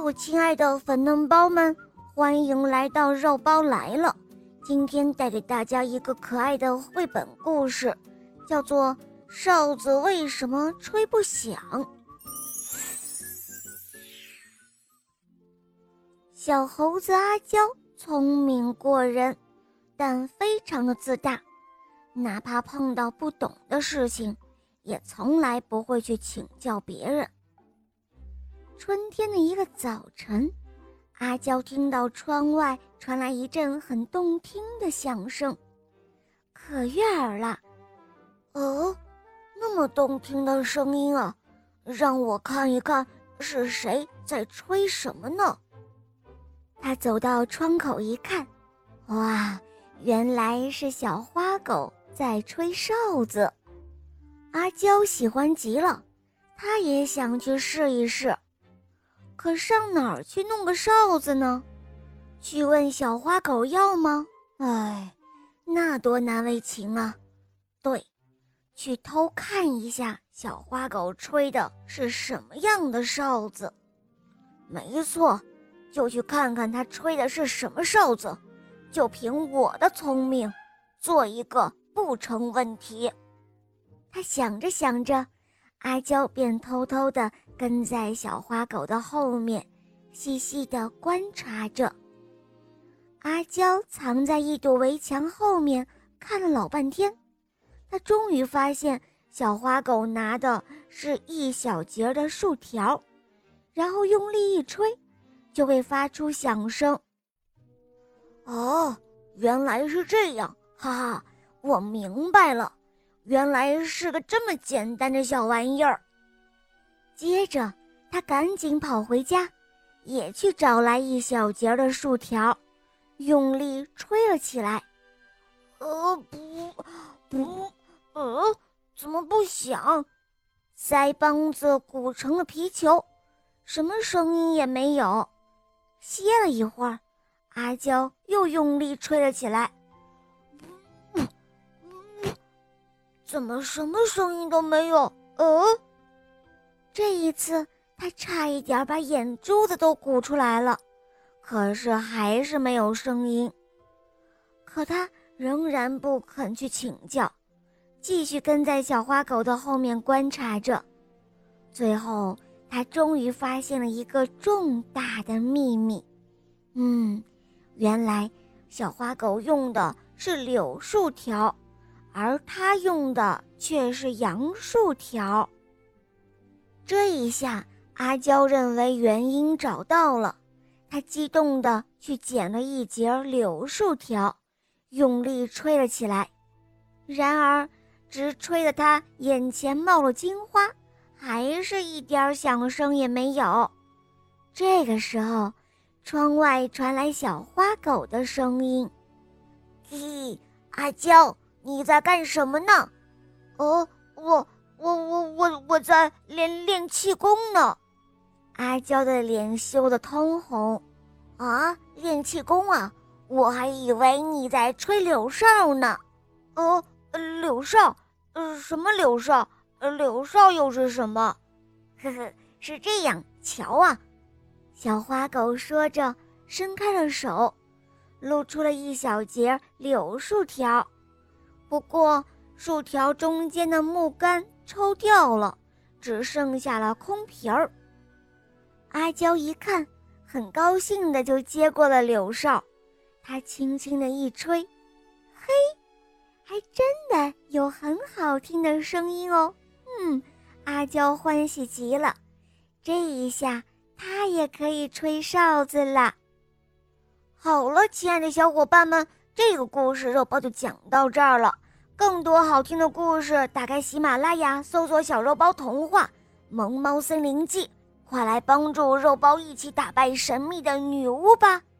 我亲爱的粉嫩包们，欢迎来到肉包来了。今天带给大家一个可爱的绘本故事，叫做《哨子为什么吹不响》。小猴子阿娇聪明过人，但非常的自大，哪怕碰到不懂的事情，也从来不会去请教别人。春天的一个早晨，阿娇听到窗外传来一阵很动听的响声，可悦耳了。那么动听的声音啊，让我看一看是谁在吹什么呢？她走到窗口一看，哇，原来是小花狗在吹哨子。阿娇喜欢极了，她也想去试一试。可上哪儿去弄个哨子呢？去问小花狗要吗？那多难为情啊。对，去偷看一下小花狗吹的是什么样的哨子。没错，就去看看它吹的是什么哨子，就凭我的聪明，做一个不成问题。他想着想着，阿娇便偷偷地跟在小花狗的后面，细细地观察着。阿娇藏在一堵围墙后面，看了老半天，她终于发现小花狗拿的是一小截的树条，然后用力一吹，就会发出响声。原来是这样，哈哈，我明白了。原来是个这么简单的小玩意儿。接着他赶紧跑回家，也去找来一小截的树条，用力吹了起来。怎么不响？腮帮子鼓成了皮球，什么声音也没有。歇了一会儿，阿娇又用力吹了起来。怎么什么声音都没有？这一次他差一点把眼珠子都鼓出来了，可是还是没有声音。可他仍然不肯去请教，继续跟在小花狗的后面观察着。最后他终于发现了一个重大的秘密。原来小花狗用的是柳树条，而他用的却是杨树条。这一下阿娇认为原因找到了，她激动地去捡了一截柳树条，用力吹了起来。然而直吹得她眼前冒了金花，还是一点响声也没有。这个时候窗外传来小花狗的声音：嘿，阿娇，你在干什么呢？我在练气功呢。阿娇的脸羞得通红。练气功啊？我还以为你在吹柳哨呢。柳哨？什么柳哨？柳哨又是什么？是这样，瞧啊。小花狗说着，伸开了手，露出了一小截柳树条。不过树条中间的木杆抽掉了，只剩下了空皮儿。阿娇一看，很高兴的就接过了柳哨，她轻轻的一吹，嘿，还真的有很好听的声音哦。阿娇欢喜极了，这一下她也可以吹哨子了。好了，亲爱的小伙伴们，这个故事肉包就讲到这儿了。更多好听的故事，打开喜马拉雅，搜索小肉包童话《萌猫森林记》，快来帮助肉包一起打败神秘的女巫吧。